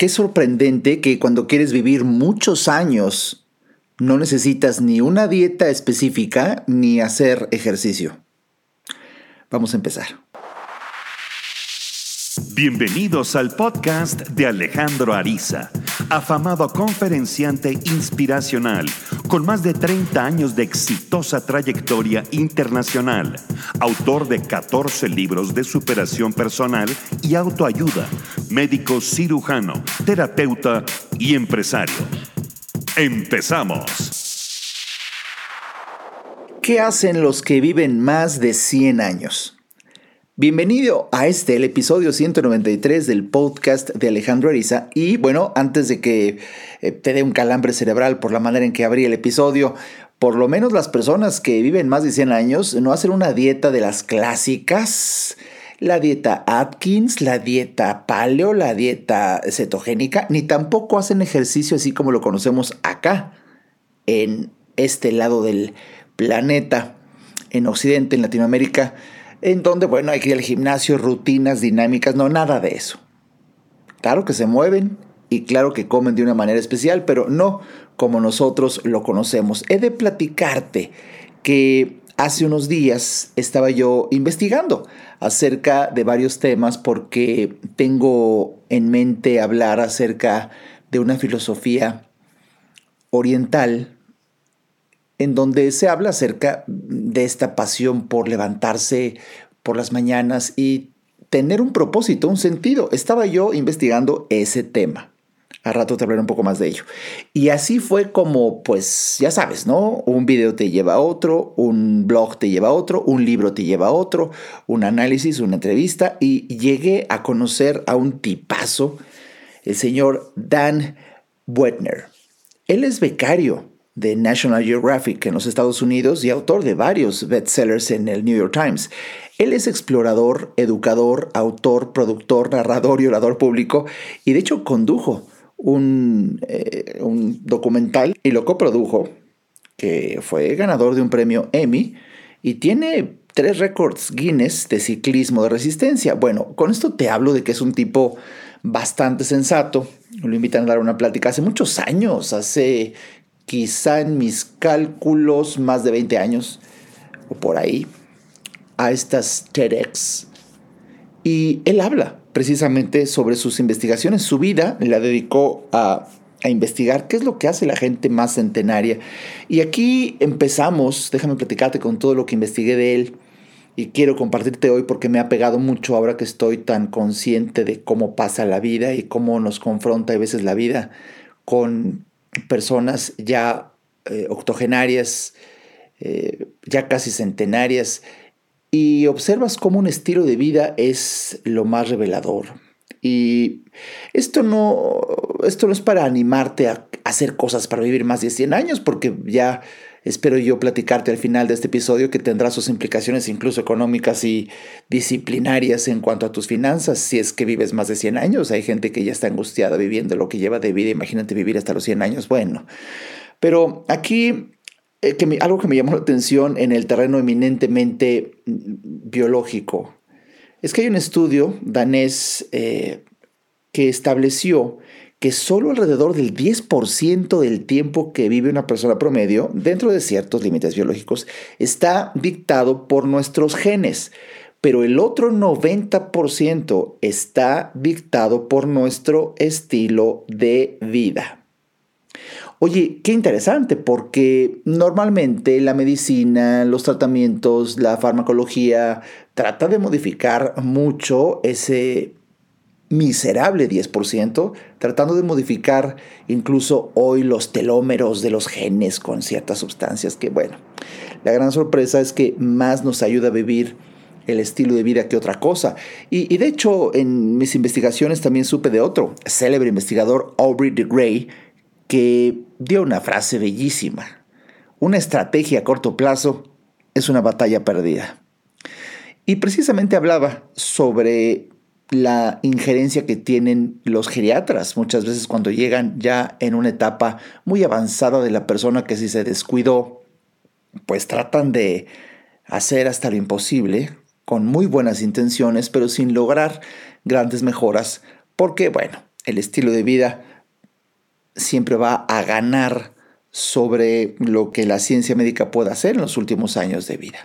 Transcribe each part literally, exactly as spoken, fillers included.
Qué sorprendente que cuando quieres vivir muchos años no necesitas ni una dieta específica ni hacer ejercicio. Vamos a empezar. Bienvenidos al podcast de Alejandro Ariza, afamado conferenciante inspiracional con más de treinta años de exitosa trayectoria internacional, autor de catorce libros de superación personal y autoayuda, médico cirujano, terapeuta y empresario. ¡Empezamos! ¿Qué hacen los que viven más de cien años? Bienvenido a este, el episodio ciento noventa y tres del podcast de Alejandro Ariza. Y bueno, antes de que eh, te dé un calambre cerebral por la manera en que abrí el episodio, por lo menos las personas que viven más de cien años no hacen una dieta de las clásicas, la dieta Atkins, la dieta paleo, la dieta cetogénica, ni tampoco hacen ejercicio así como lo conocemos acá, en este lado del planeta, en Occidente, en Latinoamérica, en donde, bueno, hay que ir al gimnasio, rutinas dinámicas, no, nada de eso. Claro que se mueven y claro que comen de una manera especial, pero no como nosotros lo conocemos. He de platicarte que hace unos días estaba yo investigando acerca de varios temas porque tengo en mente hablar acerca de una filosofía oriental en donde se habla acerca de esta pasión por levantarse por las mañanas y tener un propósito, un sentido. Estaba yo investigando ese tema. A rato te hablaré un poco más de ello. Y así fue como, pues, ya sabes, ¿no? Un video te lleva a otro, un blog te lleva a otro, un libro te lleva a otro, un análisis, una entrevista, y llegué a conocer a un tipazo, el señor Dan Buettner. Él es becario de National Geographic en los Estados Unidos y autor de varios bestsellers en el New York Times. Él es explorador, educador, autor, productor, narrador y orador público, y de hecho condujo un, eh, un documental y lo coprodujo, que fue ganador de un premio Emmy y tiene tres récords Guinness de ciclismo de resistencia. Bueno, con esto te hablo de que es un tipo bastante sensato. Lo invitan a dar una plática hace muchos años, hace quizá en mis cálculos más de veinte años o por ahí, a estas TEDx. Y él habla precisamente sobre sus investigaciones. Su vida la dedicó a, a investigar qué es lo que hace la gente más centenaria. Y aquí empezamos, déjame platicarte con todo lo que investigué de él y quiero compartirte hoy porque me ha pegado mucho ahora que estoy tan consciente de cómo pasa la vida y cómo nos confronta a veces la vida con personas ya eh, octogenarias, eh, ya casi centenarias, y observas cómo un estilo de vida es lo más revelador. Y esto no, esto no es para animarte a hacer cosas para vivir más de cien años, porque ya espero yo platicarte al final de este episodio que tendrá sus implicaciones incluso económicas y disciplinarias en cuanto a tus finanzas si es que vives más de cien años. Hay gente que ya está angustiada viviendo lo que lleva de vida. Imagínate vivir hasta los cien años. Bueno, pero aquí eh, que me, algo que me llamó la atención en el terreno eminentemente biológico es que hay un estudio danés eh, que estableció que solo alrededor del diez por ciento del tiempo que vive una persona promedio, dentro de ciertos límites biológicos, está dictado por nuestros genes, pero el otro noventa por ciento está dictado por nuestro estilo de vida. Oye, qué interesante, porque normalmente la medicina, los tratamientos, la farmacología trata de modificar mucho ese miserable diez por ciento, tratando de modificar incluso hoy los telómeros de los genes con ciertas sustancias que, bueno, la gran sorpresa es que más nos ayuda a vivir el estilo de vida que otra cosa. Y, y de hecho, en mis investigaciones también supe de otro célebre investigador, Aubrey de Grey, que dio una frase bellísima: una estrategia a corto plazo es una batalla perdida. Y precisamente hablaba sobre la injerencia que tienen los geriatras muchas veces cuando llegan ya en una etapa muy avanzada de la persona, que si se descuidó, pues tratan de hacer hasta lo imposible con muy buenas intenciones, pero sin lograr grandes mejoras, porque bueno, el estilo de vida siempre va a ganar sobre lo que la ciencia médica puede hacer en los últimos años de vida.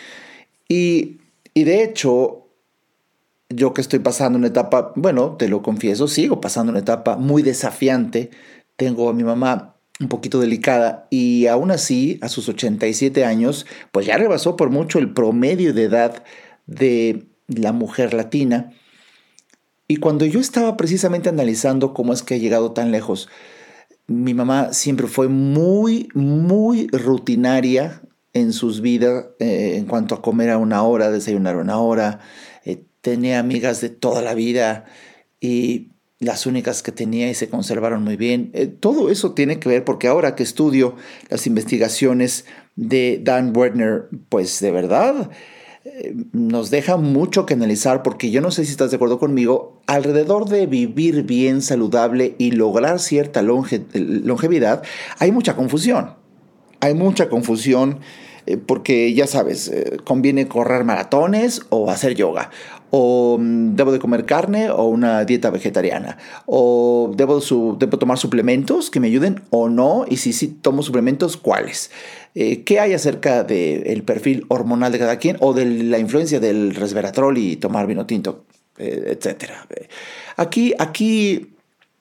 Y, y de hecho, yo que estoy pasando una etapa, bueno, te lo confieso, sigo pasando una etapa muy desafiante. Tengo a mi mamá un poquito delicada y aún así, a sus ochenta y siete años, pues ya rebasó por mucho el promedio de edad de la mujer latina. Y cuando yo estaba precisamente analizando cómo es que ha llegado tan lejos, mi mamá siempre fue muy, muy rutinaria en sus vidas eh, en cuanto a comer a una hora, desayunar a una hora. Eh, tenía amigas de toda la vida y las únicas que tenía y se conservaron muy bien. Eh, todo eso tiene que ver porque ahora que estudio las investigaciones de Dan Werner, pues de verdad eh, nos deja mucho que analizar, porque yo no sé si estás de acuerdo conmigo, alrededor de vivir bien, saludable y lograr cierta longe- longevidad, hay mucha confusión. Hay mucha confusión eh, porque ya sabes, eh, conviene correr maratones o hacer yoga, o mm, debo de comer carne o una dieta vegetariana, o debo, su, debo tomar suplementos que me ayuden o no, y si sí tomo suplementos, ¿cuáles? Eh, ¿Qué hay acerca del perfil hormonal de cada quien o de la influencia del resveratrol y tomar vino tinto, eh, etcétera? Aquí, aquí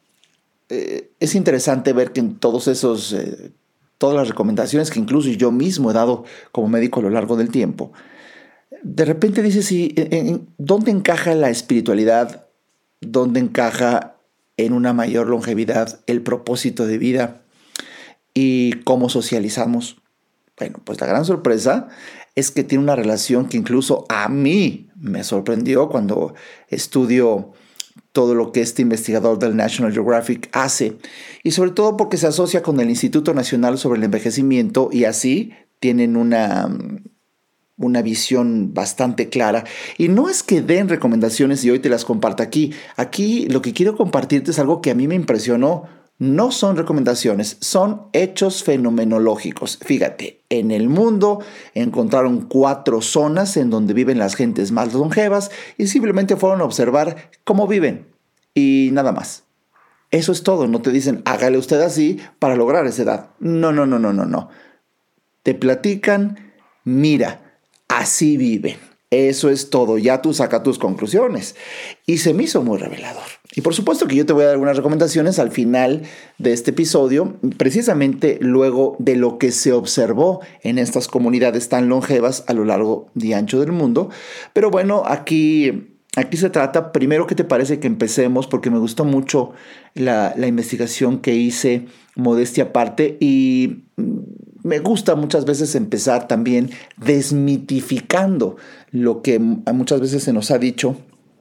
eh, es interesante ver que en todos esos... Eh, todas las recomendaciones que incluso yo mismo he dado como médico a lo largo del tiempo, de repente dices, sí, ¿dónde encaja la espiritualidad? ¿Dónde encaja en una mayor longevidad el propósito de vida? ¿Y cómo socializamos? Bueno, pues la gran sorpresa es que tiene una relación que incluso a mí me sorprendió cuando estudio todo lo que este investigador del National Geographic hace, y sobre todo porque se asocia con el Instituto Nacional sobre el Envejecimiento y así tienen una, una visión bastante clara. Y no es que den recomendaciones y hoy te las comparto aquí. Aquí lo que quiero compartirte es algo que a mí me impresionó. No son recomendaciones, son hechos fenomenológicos. Fíjate, en el mundo encontraron cuatro zonas en donde viven las gentes más longevas y simplemente fueron a observar cómo viven y nada más. Eso es todo, no te dicen hágale usted así para lograr esa edad. No, no, no, no, no, no. Te platican, mira, así viven. Eso es todo, ya tú saca tus conclusiones. Y se me hizo muy revelador. Y por supuesto que yo te voy a dar algunas recomendaciones al final de este episodio, precisamente luego de lo que se observó en estas comunidades tan longevas a lo largo y ancho del mundo. Pero bueno, aquí, aquí se trata, primero, ¿qué te parece que empecemos? Porque me gustó mucho la, la investigación que hice, modestia aparte, y me gusta muchas veces empezar también desmitificando lo que muchas veces se nos ha dicho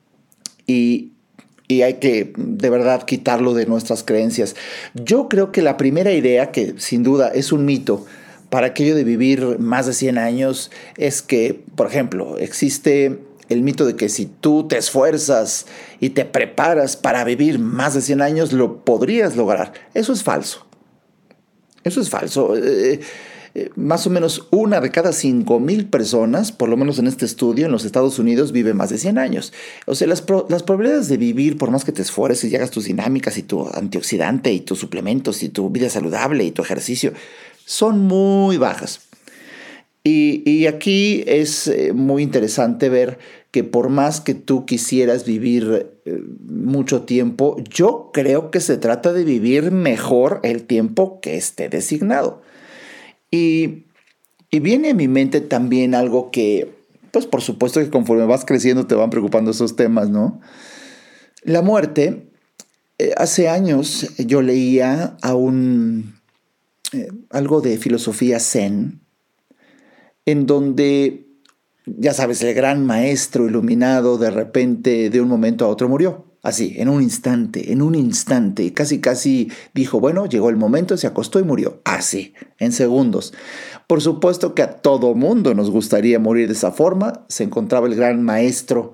y, y hay que de verdad quitarlo de nuestras creencias. Yo creo que la primera idea, que sin duda es un mito para aquello de vivir más de cien años, es que, por ejemplo, existe el mito de que si tú te esfuerzas y te preparas para vivir más de cien años, lo podrías lograr. Eso es falso. Eso es falso. Eh, eh, más o menos una de cada cinco mil personas, por lo menos en este estudio, en los Estados Unidos, vive más de cien años. O sea, las, pro, las probabilidades de vivir, por más que te esfuerces y hagas tus dinámicas y tu antioxidante y tus suplementos y tu vida saludable y tu ejercicio, son muy bajas. Y, y aquí es eh, muy interesante ver que por más que tú quisieras vivir eh, mucho tiempo, yo creo que se trata de vivir mejor el tiempo que esté designado. Y, y viene a mi mente también algo que, pues por supuesto que conforme vas creciendo te van preocupando esos temas, ¿no? La muerte. Eh, hace años yo leía a un, eh, algo de filosofía zen, en donde, ya sabes, el gran maestro iluminado de repente, de un momento a otro, murió. Así, en un instante, en un instante. Casi, casi dijo, bueno, llegó el momento, se acostó y murió. Así, en segundos. Por supuesto que a todo mundo nos gustaría morir de esa forma. Se encontraba el gran maestro,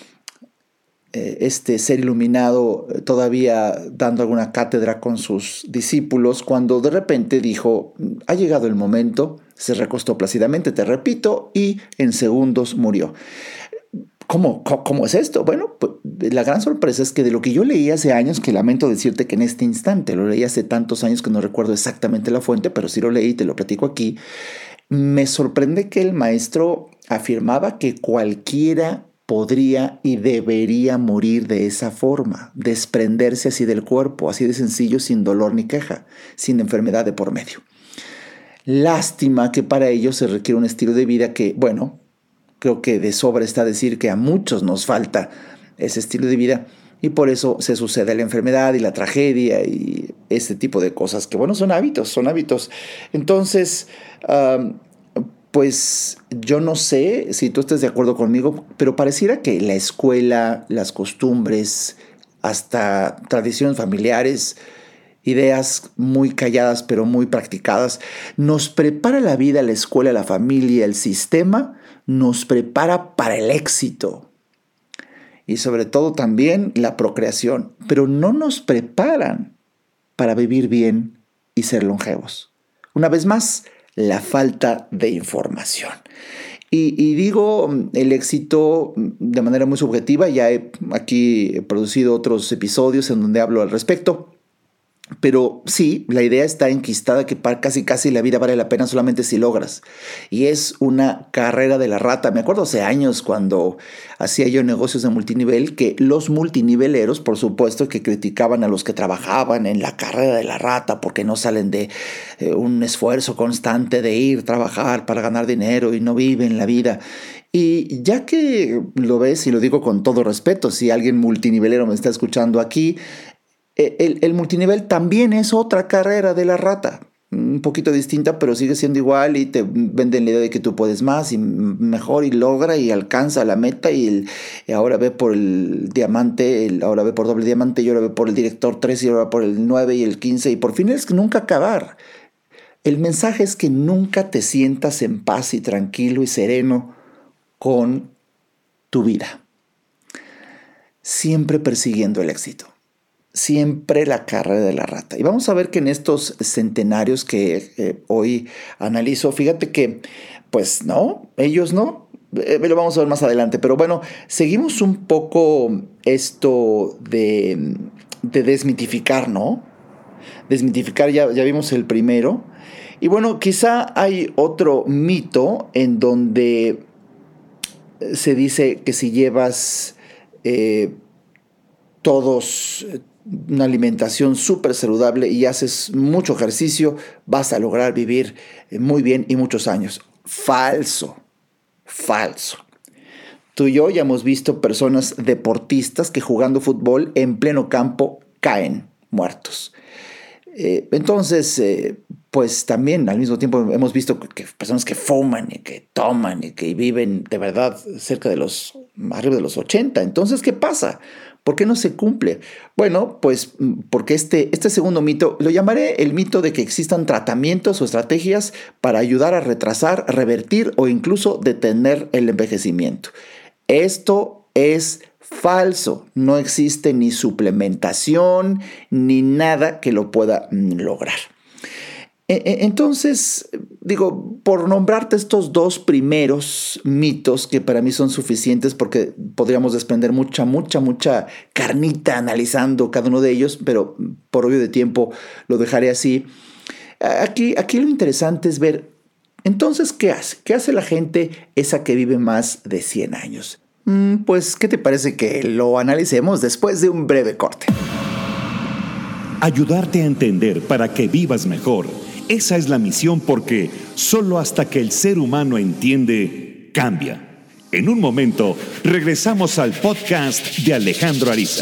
eh, este ser iluminado, todavía dando alguna cátedra con sus discípulos, cuando de repente dijo, ha llegado el momento. Se recostó plácidamente, te repito, y en segundos murió. ¿cómo, cómo, cómo es esto? Bueno, pues la gran sorpresa es que de lo que yo leí hace años, que lamento decirte que en este instante, lo leí hace tantos años que no recuerdo exactamente la fuente, pero sí lo leí y te lo platico aquí, me sorprende que el maestro afirmaba que cualquiera podría y debería morir de esa forma, desprenderse así del cuerpo, así de sencillo, sin dolor ni queja, sin enfermedad de por medio. Lástima que para ello se requiere un estilo de vida que, bueno, creo que de sobra está decir que a muchos nos falta ese estilo de vida y por eso se sucede la enfermedad y la tragedia y este tipo de cosas que, bueno, son hábitos, son hábitos. Entonces, um, pues yo no sé si tú estás de acuerdo conmigo, pero pareciera que la escuela, las costumbres, hasta tradiciones familiares, ideas muy calladas pero muy practicadas, nos prepara la vida, la escuela, la familia, el sistema, nos prepara para el éxito y sobre todo también la procreación, pero no nos preparan para vivir bien y ser longevos. Una vez más, la falta de información. Y, y digo el éxito de manera muy subjetiva, ya he aquí producido otros episodios en donde hablo al respecto, pero sí, la idea está enquistada que casi casi la vida vale la pena solamente si logras. Y es una carrera de la rata. Me acuerdo hace años cuando hacía yo negocios de multinivel, que los multiniveleros, por supuesto, que criticaban a los que trabajaban en la carrera de la rata porque no salen de eh, un esfuerzo constante de ir a trabajar para ganar dinero y no viven la vida. Y ya que lo ves, y lo digo con todo respeto, si alguien multinivelero me está escuchando aquí, El, el multinivel también es otra carrera de la rata, un poquito distinta, pero sigue siendo igual y te venden la idea de que tú puedes más y mejor y logra y alcanza la meta y, el, y ahora ve por el diamante, el, ahora ve por doble diamante y ahora ve por el director tres y ahora por el nueve y el quince y por fin es que nunca acabar. El mensaje es que nunca te sientas en paz y tranquilo y sereno con tu vida, siempre persiguiendo el éxito. Siempre la carrera de la rata. Y vamos a ver que en estos centenarios que eh, hoy analizo, fíjate que, pues no, ellos no, eh, lo vamos a ver más adelante, pero bueno, seguimos un poco esto de, de desmitificar, ¿no? Desmitificar, ya, ya vimos el primero. Y bueno, quizá hay otro mito en donde se dice que si llevas eh, todos... una alimentación súper saludable y haces mucho ejercicio, vas a lograr vivir muy bien y muchos años. Falso, falso. Tú y yo ya hemos visto personas deportistas que jugando fútbol en pleno campo caen muertos. Eh, entonces, eh, pues también al mismo tiempo hemos visto que personas que fuman y que toman y que viven de verdad cerca de los, arriba de los ochenta. Entonces, ¿qué pasa? ¿Por qué no se cumple? Bueno, pues porque este, este segundo mito lo llamaré el mito de que existan tratamientos o estrategias para ayudar a retrasar, revertir o incluso detener el envejecimiento. Esto es falso. No existe ni suplementación ni nada que lo pueda lograr. Entonces, digo, por nombrarte estos dos primeros mitos que para mí son suficientes porque podríamos desprender mucha, mucha, mucha carnita analizando cada uno de ellos, pero por obvio de tiempo lo dejaré así. Aquí, aquí lo interesante es ver, entonces, ¿qué hace? ¿Qué hace la gente esa que vive más de cien años? Pues, ¿qué te parece que lo analicemos después de un breve corte? Ayudarte a entender para que vivas mejor. Esa es la misión porque solo hasta que el ser humano entiende, cambia. En un momento, regresamos al podcast de Alejandro Ariza.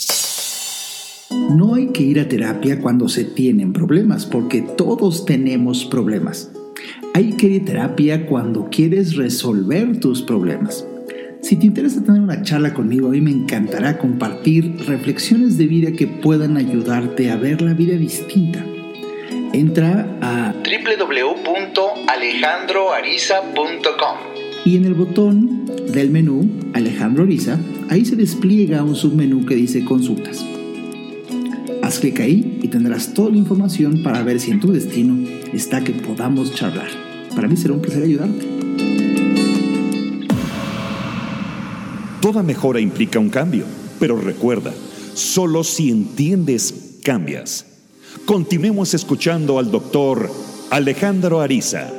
No hay que ir a terapia cuando se tienen problemas, porque todos tenemos problemas. Hay que ir a terapia cuando quieres resolver tus problemas. Si te interesa tener una charla conmigo, a mí me encantará compartir reflexiones de vida que puedan ayudarte a ver la vida distinta. Entra a doble u doble u doble u punto alejandro ariza punto com y en el botón del menú Alejandro Ariza, ahí se despliega un submenú que dice Consultas. Haz clic ahí y tendrás toda la información para ver si en tu destino está que podamos charlar. Para mí será un placer ayudarte. Toda mejora implica un cambio, pero recuerda, solo si entiendes, cambias. Continuemos escuchando al doctor Alejandro Ariza.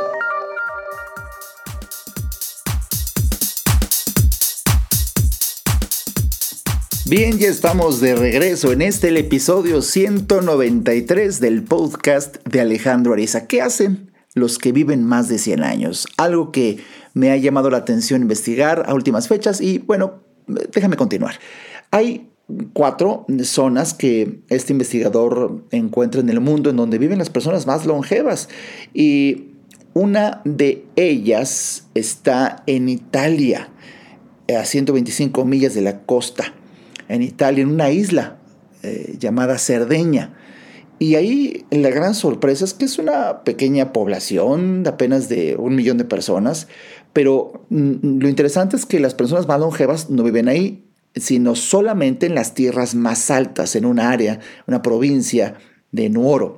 Bien, ya estamos de regreso en este el episodio ciento noventa y tres del podcast de Alejandro Ariza. ¿Qué hacen los que viven más de cien años? Algo que me ha llamado la atención investigar a últimas fechas y bueno, déjame continuar. Hay cuatro zonas que este investigador encuentra en el mundo en donde viven las personas más longevas y una de ellas está en Italia, a ciento veinticinco millas de la costa. En Italia, en una isla eh, llamada Cerdeña. Y ahí la gran sorpresa es que es una pequeña población de apenas de un millón de personas, pero mm, lo interesante es que las personas más longevas no viven ahí, sino solamente en las tierras más altas, en un área, una provincia de Nuoro.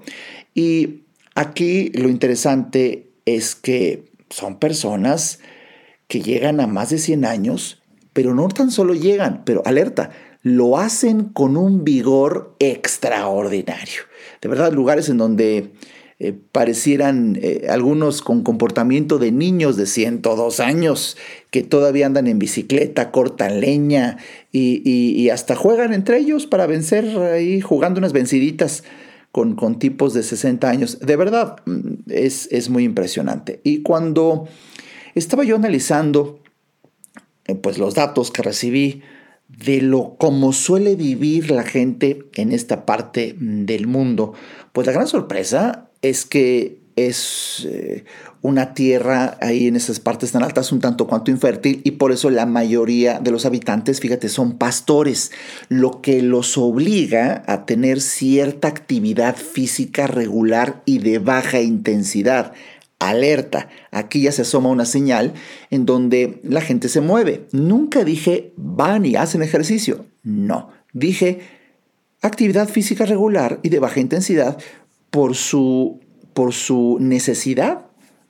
Y aquí lo interesante es que son personas que llegan a más de cien años, pero no tan solo llegan, pero alerta, lo hacen con un vigor extraordinario. De verdad, lugares en donde eh, parecieran eh, algunos con comportamiento de niños de ciento dos años, que todavía andan en bicicleta, cortan leña y, y, y hasta juegan entre ellos para vencer ahí, jugando unas venciditas con, con tipos de sesenta años. De verdad, es, es muy impresionante. Y cuando estaba yo analizando eh, pues los datos que recibí de lo como suele vivir la gente en esta parte del mundo, pues la gran sorpresa es que es eh, una tierra ahí en esas partes tan altas un tanto cuanto infértil y por eso la mayoría de los habitantes, fíjate, son pastores, lo que los obliga a tener cierta actividad física regular y de baja intensidad. Alerta, aquí ya se asoma una señal en donde la gente se mueve. Nunca dije van y hacen ejercicio. No, dije actividad física regular y de baja intensidad por su, por su necesidad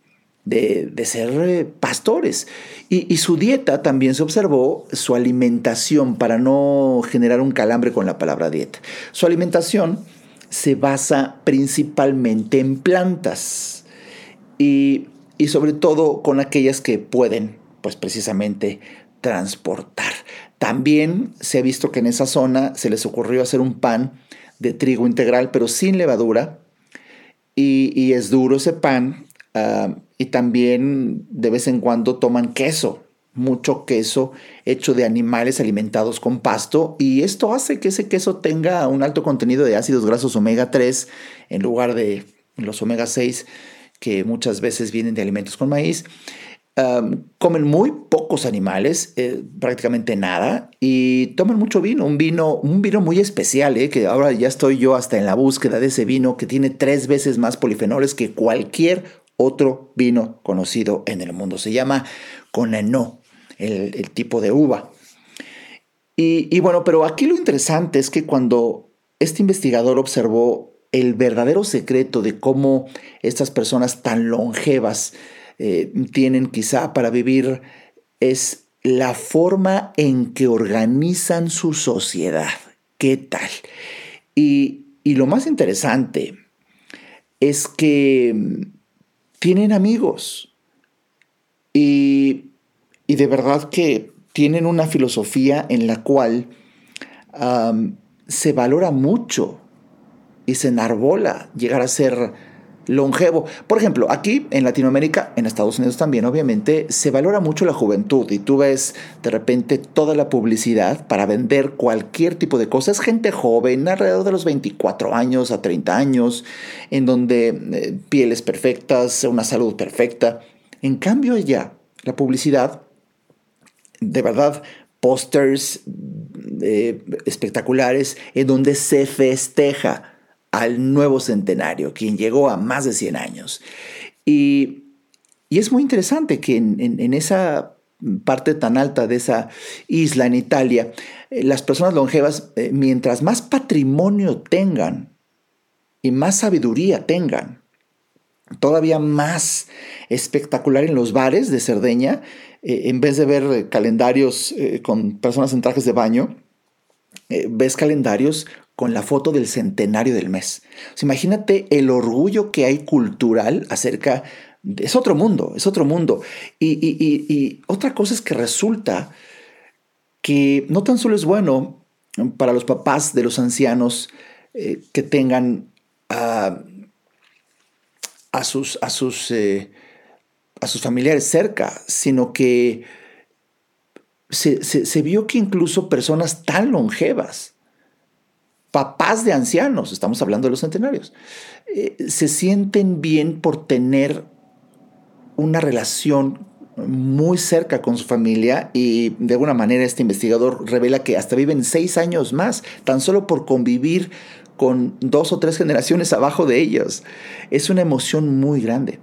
de, de ser eh, pastores. Y, y su dieta también se observó, su alimentación, para no generar un calambre con la palabra dieta. Su alimentación se basa principalmente en plantas. Y, y sobre todo con aquellas que pueden, pues precisamente, transportar. También se ha visto que en esa zona se les ocurrió hacer un pan de trigo integral, pero sin levadura, y, y es duro ese pan, uh, y también de vez en cuando toman queso, mucho queso hecho de animales alimentados con pasto, y esto hace que ese queso tenga un alto contenido de ácidos grasos omega tres en lugar de los omega seis, que muchas veces vienen de alimentos con maíz. Um, comen muy pocos animales, eh, prácticamente nada, y toman mucho vino, un vino, un vino muy especial, eh, que ahora ya estoy yo hasta en la búsqueda de ese vino que tiene tres veces más polifenoles que cualquier otro vino conocido en el mundo. Se llama Conenó, el, el tipo de uva. Y, y bueno, pero aquí lo interesante es que cuando este investigador observó el verdadero secreto de cómo estas personas tan longevas eh, tienen quizá para vivir es la forma en que organizan su sociedad. ¿Qué tal? Y, y lo más interesante es que tienen amigos y, y de verdad que tienen una filosofía en la cual um, se valora mucho y se enarbola llegar a ser longevo. Por ejemplo, aquí en Latinoamérica, en Estados Unidos también, obviamente, se valora mucho la juventud y tú ves de repente toda la publicidad para vender cualquier tipo de cosas. Gente joven, alrededor de los veinticuatro años a treinta años, en donde eh, pieles perfectas, una salud perfecta. En cambio allá, la publicidad, de verdad, pósters eh, espectaculares en donde se festeja al nuevo centenario, quien llegó a más de cien años. Y, y es muy interesante que en, en, en esa parte tan alta de esa isla en Italia, eh, las personas longevas, eh, mientras más patrimonio tengan y más sabiduría tengan, todavía más espectacular en los bares de Cerdeña. Eh, en vez de ver eh, calendarios eh, con personas en trajes de baño, eh, ves calendarios con la foto del centenario del mes. O sea, imagínate el orgullo que hay cultural acerca de... Es otro mundo, es otro mundo. Y, y, y, y otra cosa es que resulta que no tan solo es bueno para los papás de los ancianos eh, que tengan uh, a sus, a, sus, eh, a sus familiares cerca, sino que se, se, se vio que incluso personas tan longevas, papás de ancianos, estamos hablando de los centenarios, eh, se sienten bien por tener una relación muy cerca con su familia, y de alguna manera este investigador revela que hasta viven seis años más, tan solo por convivir con dos o tres generaciones abajo de ellos. Es una emoción muy grande.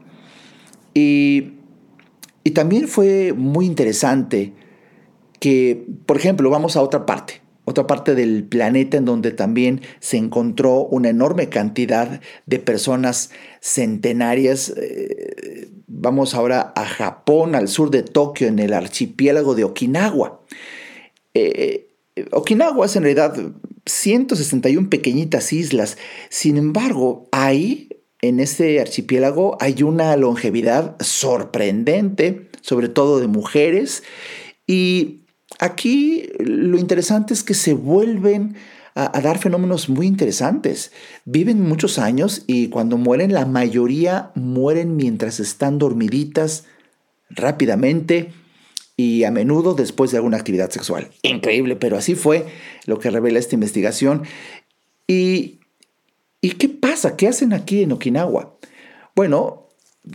Y, y también fue muy interesante que, por ejemplo, vamos a otra parte, otra parte del planeta en donde también se encontró una enorme cantidad de personas centenarias. Eh, vamos ahora a Japón, al sur de Tokio, en el archipiélago de Okinawa. Eh, Okinawa es en realidad ciento sesenta y una pequeñitas islas. Sin embargo, ahí, en este archipiélago, hay una longevidad sorprendente, sobre todo de mujeres. Y aquí lo interesante es que se vuelven a, a dar fenómenos muy interesantes. Viven muchos años y cuando mueren, la mayoría mueren mientras están dormiditas rápidamente y a menudo después de alguna actividad sexual. Increíble, pero así fue lo que revela esta investigación. ¿Y, ¿y qué pasa? ¿Qué hacen aquí en Okinawa? Bueno,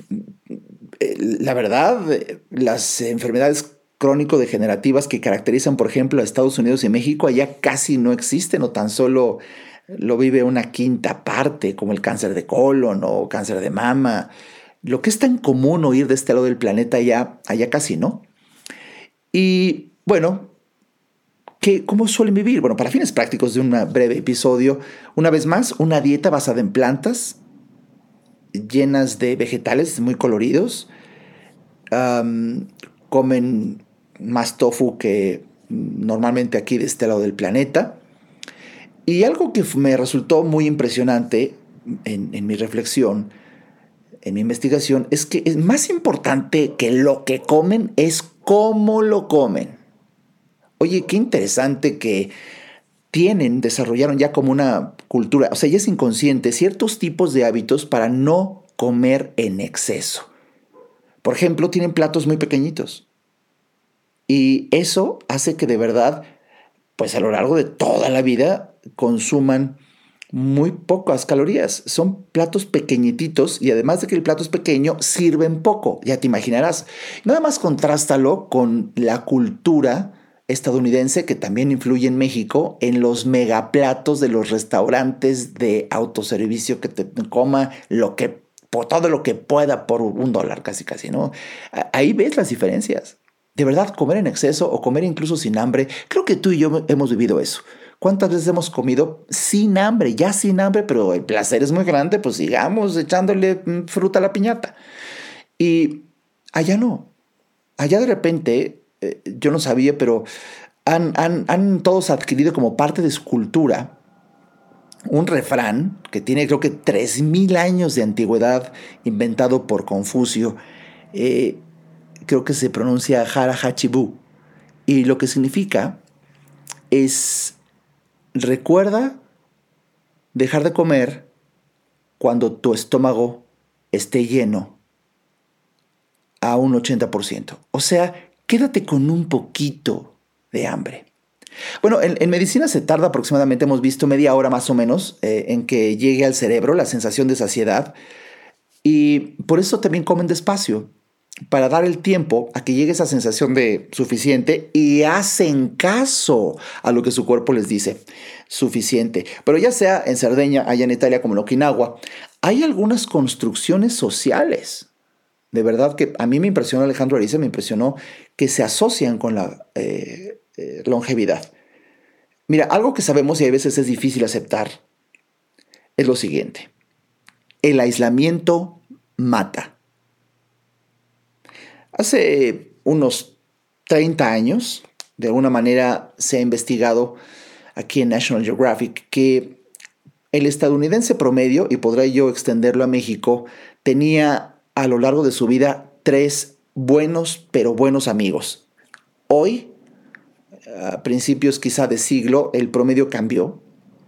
la verdad, las enfermedades crónico-degenerativas que caracterizan, por ejemplo, a Estados Unidos y México, allá casi no existen, o tan solo lo vive una quinta parte, como el cáncer de colon o cáncer de mama. Lo que es tan común oír de este lado del planeta, allá, allá casi no. Y bueno, ¿qué, ¿cómo suelen vivir? Bueno, para fines prácticos de un breve episodio, una vez más, una dieta basada en plantas, llenas de vegetales muy coloridos. Um, comen más tofu que normalmente aquí de este lado del planeta. Y algo que me resultó muy impresionante en, en mi reflexión, en mi investigación, es que es más importante que lo que comen es cómo lo comen. Oye, qué interesante que tienen, desarrollaron ya como una cultura, o sea, ya es inconsciente, ciertos tipos de hábitos para no comer en exceso. Por ejemplo, tienen platos muy pequeñitos. Y eso hace que de verdad, pues a lo largo de toda la vida, consuman muy pocas calorías. Son platos pequeñititos y además de que el plato es pequeño, sirven poco. Ya te imaginarás. Nada más contrástalo con la cultura estadounidense, que también influye en México, en los megaplatos de los restaurantes de autoservicio, que te coma lo que, por todo lo que pueda por un dólar casi casi, ¿no? Ahí ves las diferencias. De verdad, comer en exceso o comer incluso sin hambre, creo que tú y yo hemos vivido eso. ¿Cuántas veces hemos comido sin hambre, ya sin hambre, pero el placer es muy grande, pues sigamos echándole fruta a la piñata? Y allá no. Allá de repente, eh, yo no sabía, pero han, han, han todos adquirido como parte de su cultura un refrán que tiene creo que tres mil años de antigüedad, inventado por Confucio. Eh, creo que se pronuncia Hara Hachibu. Y lo que significa es: recuerda dejar de comer cuando tu estómago esté lleno a un ochenta por ciento. O sea, quédate con un poquito de hambre. Bueno, en, en medicina se tarda aproximadamente, hemos visto, media hora más o menos eh, en que llegue al cerebro la sensación de saciedad. Y por eso también comen despacio, para dar el tiempo a que llegue esa sensación de suficiente, y hacen caso a lo que su cuerpo les dice, suficiente. Pero ya sea en Cerdeña, allá en Italia, como en Okinawa, hay algunas construcciones sociales. De verdad que a mí me impresionó, Alejandro Ariza, me impresionó que se asocian con la eh, eh, longevidad. Mira, algo que sabemos y a veces es difícil aceptar es lo siguiente: el aislamiento mata. Hace unos treinta años, de alguna manera se ha investigado aquí en National Geographic que el estadounidense promedio, y podré yo extenderlo a México, tenía a lo largo de su vida tres buenos, pero buenos amigos. Hoy, a principios quizá de siglo, el promedio cambió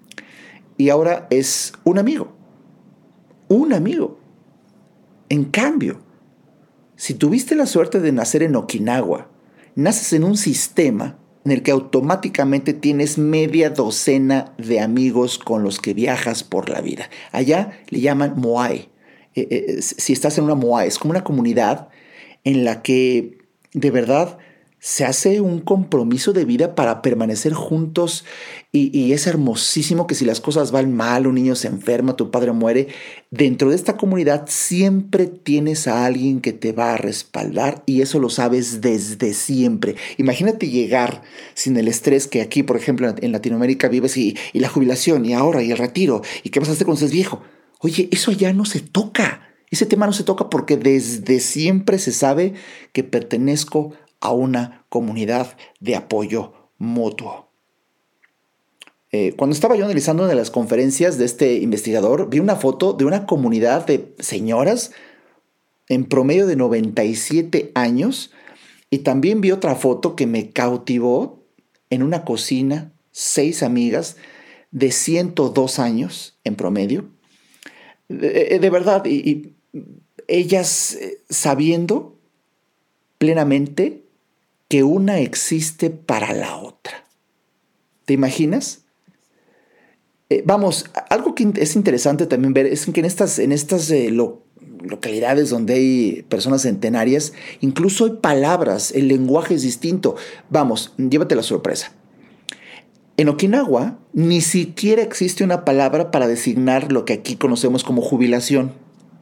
y ahora es un amigo. Un amigo. En cambio, si tuviste la suerte de nacer en Okinawa, naces en un sistema en el que automáticamente tienes media docena de amigos con los que viajas por la vida. Allá le llaman moai. Eh, eh, si estás en una moai, es como una comunidad en la que de verdad se hace un compromiso de vida para permanecer juntos y, y es hermosísimo que si las cosas van mal, un niño se enferma, tu padre muere, dentro de esta comunidad siempre tienes a alguien que te va a respaldar y eso lo sabes desde siempre. Imagínate llegar sin el estrés que aquí, por ejemplo, en Latinoamérica vives y, y la jubilación y ahora y el retiro y qué vas a hacer cuando seas viejo. Oye, eso allá no se toca. Ese tema no se toca porque desde siempre se sabe que pertenezco a una comunidad de apoyo mutuo. Eh, cuando estaba yo analizando una de las conferencias de este investigador, vi una foto de una comunidad de señoras en promedio de noventa y siete años y también vi otra foto que me cautivó en una cocina, seis amigas de ciento dos años en promedio. De, de verdad, y, y ellas sabiendo plenamente que una existe para la otra. ¿Te imaginas? Eh, vamos, algo que es interesante también ver es que en estas, en estas eh, lo, localidades donde hay personas centenarias, incluso hay palabras, el lenguaje es distinto. Vamos, llévate la sorpresa. En Okinawa ni siquiera existe una palabra para designar lo que aquí conocemos como jubilación.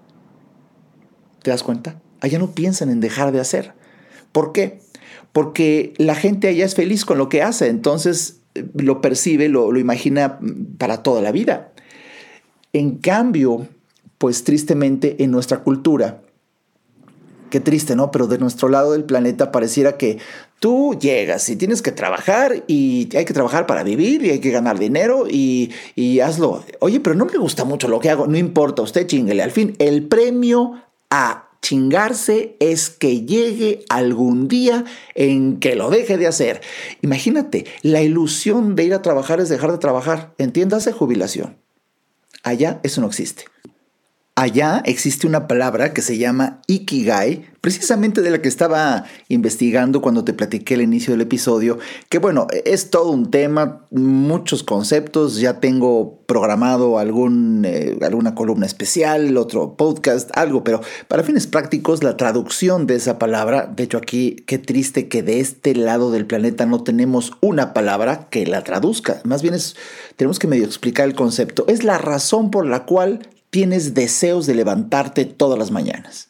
¿Te das cuenta? Allá no piensan en dejar de hacer. ¿Por qué? Porque la gente allá es feliz con lo que hace, entonces lo percibe, lo, lo imagina para toda la vida. En cambio, pues tristemente en nuestra cultura, qué triste, ¿no? Pero de nuestro lado del planeta pareciera que tú llegas y tienes que trabajar y hay que trabajar para vivir y hay que ganar dinero y, y hazlo. Oye, pero no me gusta mucho lo que hago. No importa, usted chíngale. Al fin, el premio a chingarse es que llegue algún día en que lo deje de hacer. Imagínate, la ilusión de ir a trabajar es dejar de trabajar. Entiéndase, jubilación. Allá eso no existe. Allá existe una palabra que se llama Ikigai, precisamente de la que estaba investigando cuando te platiqué al inicio del episodio, que bueno, es todo un tema, muchos conceptos, ya tengo programado algún, eh, alguna columna especial, otro podcast, algo, pero para fines prácticos la traducción de esa palabra, de hecho aquí qué triste que de este lado del planeta no tenemos una palabra que la traduzca, más bien es, tenemos que medio explicar el concepto, es la razón por la cual tienes deseos de levantarte todas las mañanas.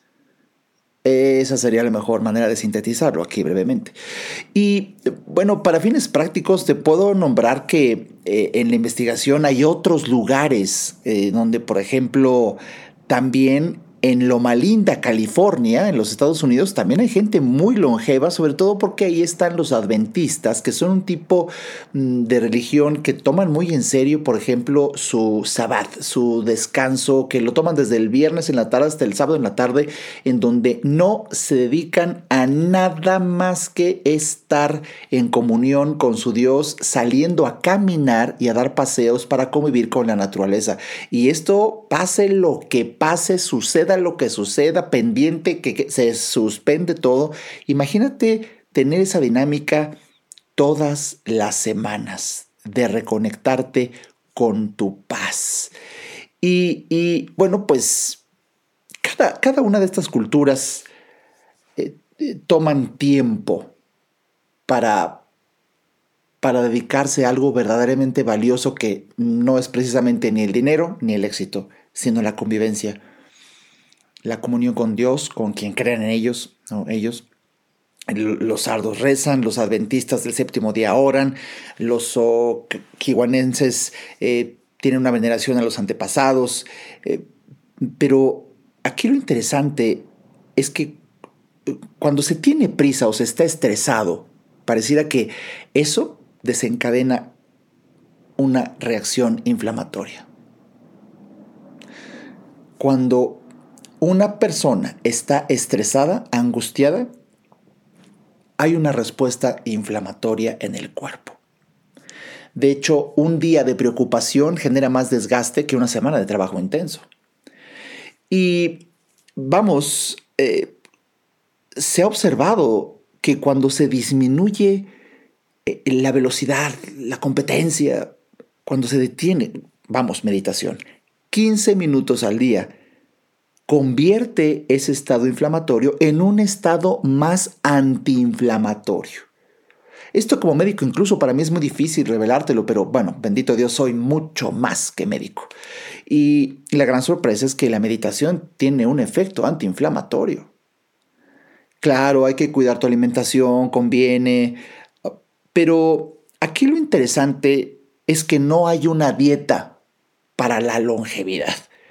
Esa sería la mejor manera de sintetizarlo aquí brevemente. Y bueno, para fines prácticos te puedo nombrar que eh, en la investigación hay otros lugares eh, donde, por ejemplo, también en Loma Linda, California, en los Estados Unidos, también hay gente muy longeva, sobre todo porque ahí están los adventistas, que son un tipo mm, de religión que toman muy en serio, por ejemplo, su sabbat, su descanso, que lo toman desde el viernes en la tarde hasta el sábado en la tarde, en donde no se dedican a nada más que estar en comunión con su Dios, saliendo a caminar y a dar paseos para convivir con la naturaleza. Y esto, pase lo que pase, suceda lo que suceda, pendiente, que, que se suspende todo. Imagínate tener esa dinámica todas las semanas de reconectarte con tu paz. Y, y bueno, pues cada, cada una de estas culturas eh, eh, toman tiempo para, para dedicarse a algo verdaderamente valioso que no es precisamente ni el dinero ni el éxito, sino la convivencia. La comunión con Dios, con quien crean en ellos, ¿no? Ellos, los sardos rezan, los adventistas del séptimo día oran, los kiwanenses eh, tienen una veneración a los antepasados, eh, pero aquí lo interesante es que cuando se tiene prisa o se está estresado, pareciera que eso desencadena una reacción inflamatoria. Cuando una persona está estresada, angustiada, hay una respuesta inflamatoria en el cuerpo. De hecho, un día de preocupación genera más desgaste que una semana de trabajo intenso. Y vamos, eh, se ha observado que cuando se disminuye eh, la velocidad, la competencia, cuando se detiene, vamos, meditación, quince minutos al día, convierte ese estado inflamatorio en un estado más antiinflamatorio. Esto como médico incluso para mí es muy difícil revelártelo, pero bueno, bendito Dios, soy mucho más que médico. Y la gran sorpresa es que la meditación tiene un efecto antiinflamatorio. Claro, hay que cuidar tu alimentación, conviene, pero aquí lo interesante es que no hay una dieta para la longevidad,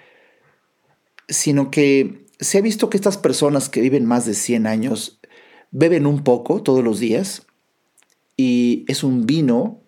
sino que se ha visto que estas personas que viven más de cien años beben un poco todos los días y es un vino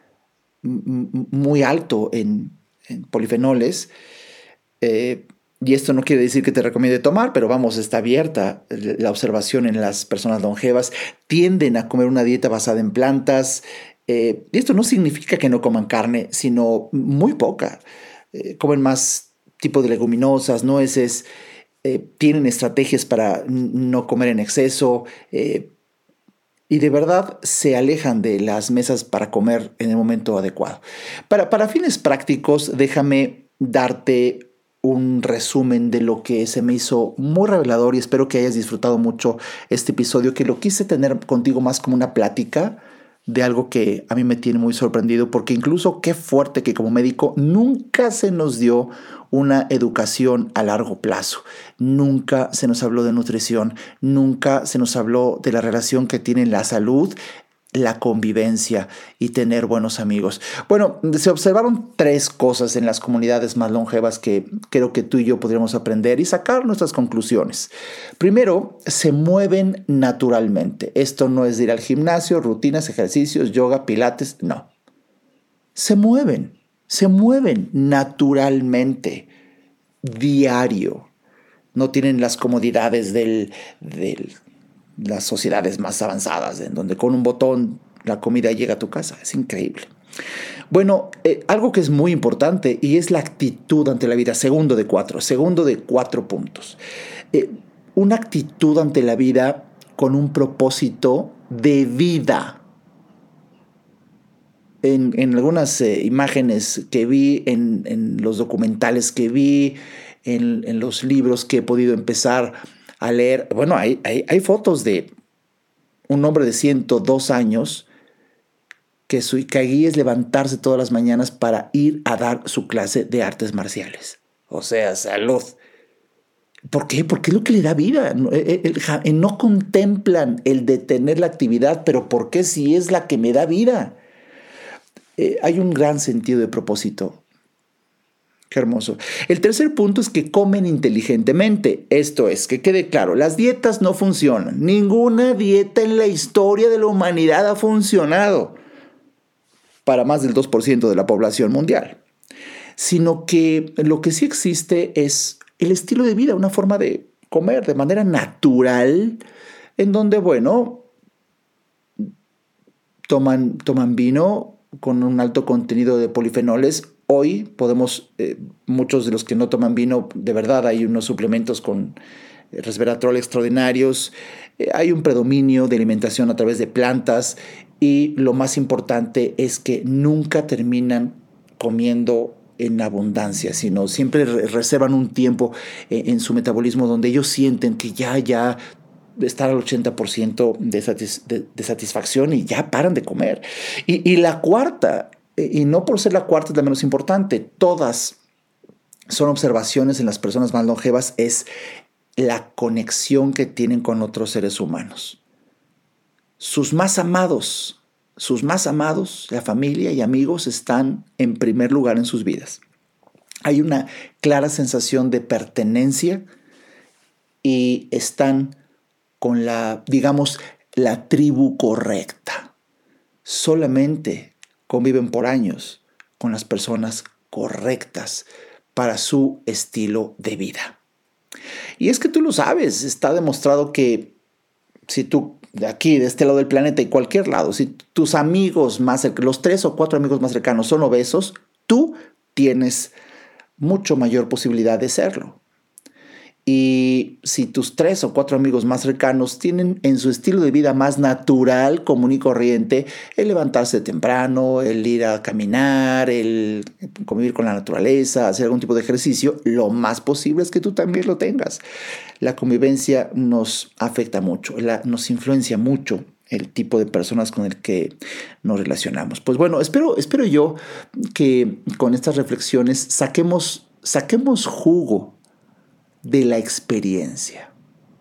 muy alto en, en polifenoles. Eh, y esto no quiere decir que te recomiende tomar, pero vamos, está abierta la observación en las personas longevas. Tienden a comer una dieta basada en plantas. Eh, y esto no significa que no coman carne, sino muy poca. Eh, comen más tipo de leguminosas, nueces, eh, tienen estrategias para no comer en exceso eh, y de verdad se alejan de las mesas para comer en el momento adecuado. Para, para fines prácticos, déjame darte un resumen de lo que se me hizo muy revelador y espero que hayas disfrutado mucho este episodio, que lo quise tener contigo más como una plática de algo que a mí me tiene muy sorprendido, porque incluso qué fuerte que como médico nunca se nos dio una educación a largo plazo. Nunca se nos habló de nutrición, nunca se nos habló de la relación que tiene la salud, la convivencia y tener buenos amigos. Bueno, se observaron tres cosas en las comunidades más longevas que creo que tú y yo podríamos aprender y sacar nuestras conclusiones. Primero, se mueven naturalmente. Esto no es de ir al gimnasio, rutinas, ejercicios, yoga, pilates, no. Se mueven, se mueven naturalmente, diario. No tienen las comodidades del... del las sociedades más avanzadas, en donde con un botón la comida llega a tu casa. Es increíble. Bueno, eh, algo que es muy importante y es la actitud ante la vida. Segundo de cuatro, segundo de cuatro puntos. Eh, una actitud ante la vida con un propósito de vida. En, en algunas eh, imágenes que vi, en, en los documentales que vi, en, en los libros que he podido empezar a leer, bueno, hay, hay, hay fotos de un hombre de ciento dos años que su Ikagi es levantarse todas las mañanas para ir a dar su clase de artes marciales. O sea, salud. ¿Por qué? Porque es lo que le da vida. No, el, el, no contemplan el detener la actividad, pero ¿por qué si es la que me da vida? Eh, hay un gran sentido de propósito. Qué hermoso. El tercer punto es que comen inteligentemente. Esto es, que quede claro, las dietas no funcionan. Ninguna dieta en la historia de la humanidad ha funcionado para más del dos por ciento de la población mundial. Sino que lo que sí existe es el estilo de vida, una forma de comer de manera natural, en donde, bueno, toman, toman vino con un alto contenido de polifenoles. Hoy podemos, eh, muchos de los que no toman vino, de verdad hay unos suplementos con resveratrol extraordinarios, eh, hay un predominio de alimentación a través de plantas y lo más importante es que nunca terminan comiendo en abundancia, sino siempre re- reservan un tiempo eh, en su metabolismo donde ellos sienten que ya, ya están al ochenta por ciento de, satis- de, de satisfacción y ya paran de comer. Y, y la cuarta, y no por ser la cuarta es la menos importante, todas son observaciones en las personas más longevas, es la conexión que tienen con otros seres humanos. Sus más amados, sus más amados, la familia y amigos están en primer lugar en sus vidas. Hay una clara sensación de pertenencia, y están con la, digamos, la tribu correcta. Solamente conviven por años con las personas correctas para su estilo de vida. Y es que tú lo sabes, está demostrado que si tú, de aquí, de este lado del planeta y cualquier lado, si tus amigos más cercanos, los tres o cuatro amigos más cercanos son obesos, tú tienes mucho mayor posibilidad de serlo. Y si tus tres o cuatro amigos más cercanos tienen en su estilo de vida más natural, común y corriente, el levantarse temprano, el ir a caminar, el convivir con la naturaleza, hacer algún tipo de ejercicio, lo más posible es que tú también lo tengas. La convivencia nos afecta mucho, la, nos influencia mucho el tipo de personas con el que nos relacionamos. Pues bueno, espero, espero yo que con estas reflexiones saquemos, saquemos jugo de la experiencia.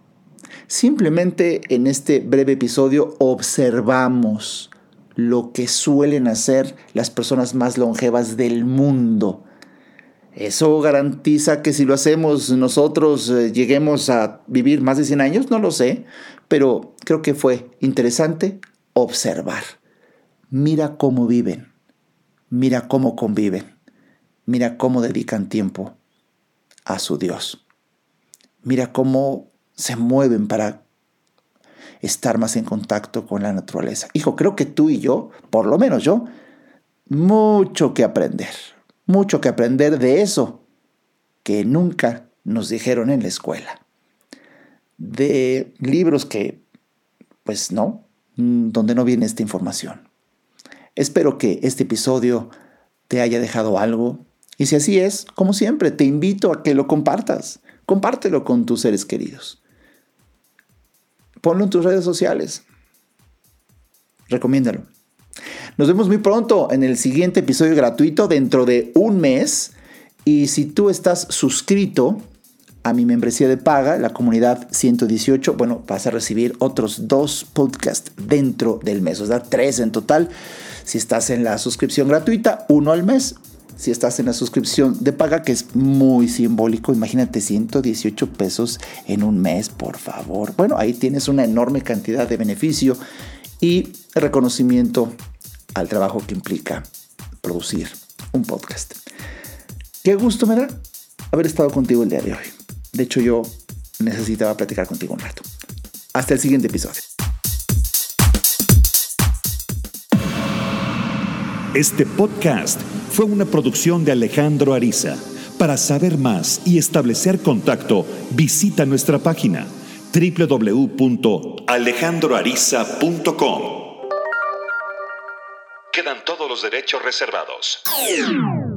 Simplemente en este breve episodio observamos lo que suelen hacer las personas más longevas del mundo. ¿Eso garantiza que si lo hacemos nosotros eh, lleguemos a vivir más de cien años? No lo sé, pero creo que fue interesante observar. Mira cómo viven, mira cómo conviven, mira cómo dedican tiempo a su Dios. Mira cómo se mueven para estar más en contacto con la naturaleza. Hijo, creo que tú y yo, por lo menos yo, mucho que aprender. Mucho que aprender de eso que nunca nos dijeron en la escuela. De libros que, pues no, donde no viene esta información. Espero que este episodio te haya dejado algo. Y si así es, como siempre, te invito a que lo compartas. Compártelo con tus seres queridos. Ponlo en tus redes sociales. Recomiéndalo. Nos vemos muy pronto en el siguiente episodio gratuito dentro de un mes. Y si tú estás suscrito a mi membresía de paga, la comunidad ciento dieciocho, bueno, vas a recibir otros dos podcasts dentro del mes. O sea, tres en total. Si estás en la suscripción gratuita, uno al mes. Si estás en la suscripción de paga, que es muy simbólico, imagínate ciento dieciocho pesos en un mes, por favor. Bueno, ahí tienes una enorme cantidad de beneficio y reconocimiento al trabajo que implica producir un podcast. Qué gusto me da haber estado contigo el día de hoy. De hecho, yo necesitaba platicar contigo un rato. Hasta el siguiente episodio. Este podcast fue una producción de Alejandro Ariza. Para saber más y establecer contacto, visita nuestra página doble u doble u doble u punto alejandro ariza punto com. Quedan todos los derechos reservados.